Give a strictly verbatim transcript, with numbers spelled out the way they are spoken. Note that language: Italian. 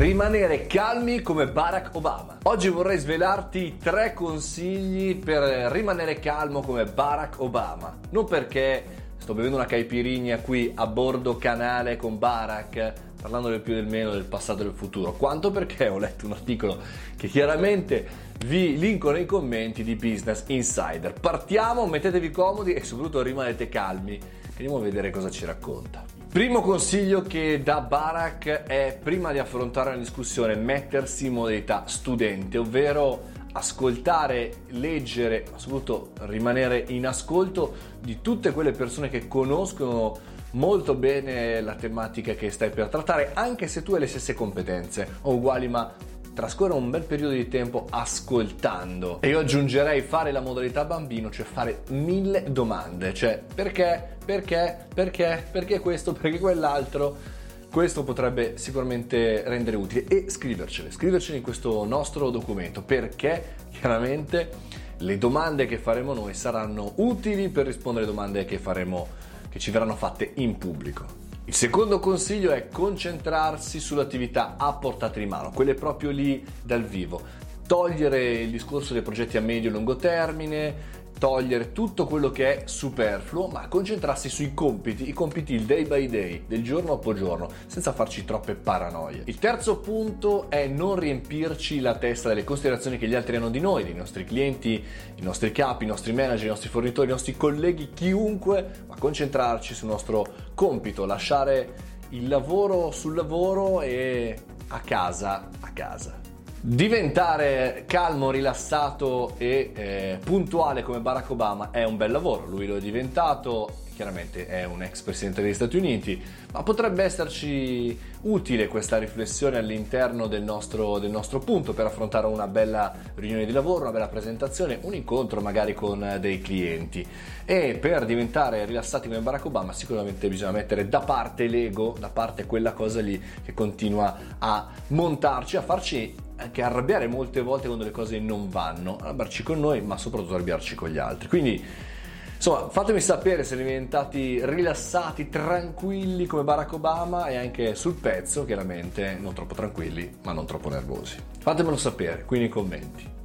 Rimanere calmi come Barack Obama. Oggi vorrei svelarti tre consigli per rimanere calmo come Barack Obama. Non perché sto bevendo una caipirinha qui a bordo canale con Barack, parlando del più e del meno del passato e del futuro, quanto perché ho letto un articolo che chiaramente vi linko nei commenti di Business Insider. Partiamo, mettetevi comodi e soprattutto rimanete calmi. Andiamo a vedere cosa ci racconta. Primo consiglio che dà Barack è, prima di affrontare una discussione, mettersi in modalità studente, ovvero ascoltare, leggere, ma soprattutto rimanere in ascolto di tutte quelle persone che conoscono molto bene la tematica che stai per trattare, anche se tu hai le stesse competenze o uguali, ma trascorre un bel periodo di tempo ascoltando. E io aggiungerei fare la modalità bambino, cioè fare mille domande, cioè perché, perché, perché, perché questo, perché quell'altro. Questo potrebbe sicuramente rendere utile, e scrivercele, scrivercele in questo nostro documento, perché chiaramente le domande che faremo noi saranno utili per rispondere alle domande che faremo, che ci verranno fatte in pubblico. Il secondo consiglio è concentrarsi sulle attività a portata di mano, quelle proprio lì dal vivo. Togliere il discorso dei progetti a medio e lungo termine, togliere tutto quello che è superfluo, ma concentrarsi sui compiti, i compiti il day by day, del giorno dopo giorno, senza farci troppe paranoie. Il terzo punto è non riempirci la testa delle considerazioni che gli altri hanno di noi, dei nostri clienti, i nostri capi, i nostri manager, i nostri fornitori, i nostri colleghi, chiunque, ma concentrarci sul nostro compito, lasciare il lavoro sul lavoro e a casa a casa. Diventare calmo, rilassato e eh, puntuale come Barack Obama è un bel lavoro, lui lo è diventato, chiaramente è un ex presidente degli Stati Uniti, ma potrebbe esserci utile questa riflessione all'interno del nostro, del nostro punto per affrontare una bella riunione di lavoro, una bella presentazione, un incontro magari con dei clienti. E per diventare rilassati come Barack Obama sicuramente bisogna mettere da parte l'ego, da parte quella cosa lì che continua a montarci, a farci anche arrabbiare molte volte quando le cose non vanno, arrabbiarci con noi, ma soprattutto arrabbiarci con gli altri. Quindi insomma, fatemi sapere se siete diventati rilassati, tranquilli come Barack Obama, e anche sul pezzo, chiaramente non troppo tranquilli ma non troppo nervosi. Fatemelo sapere qui nei commenti.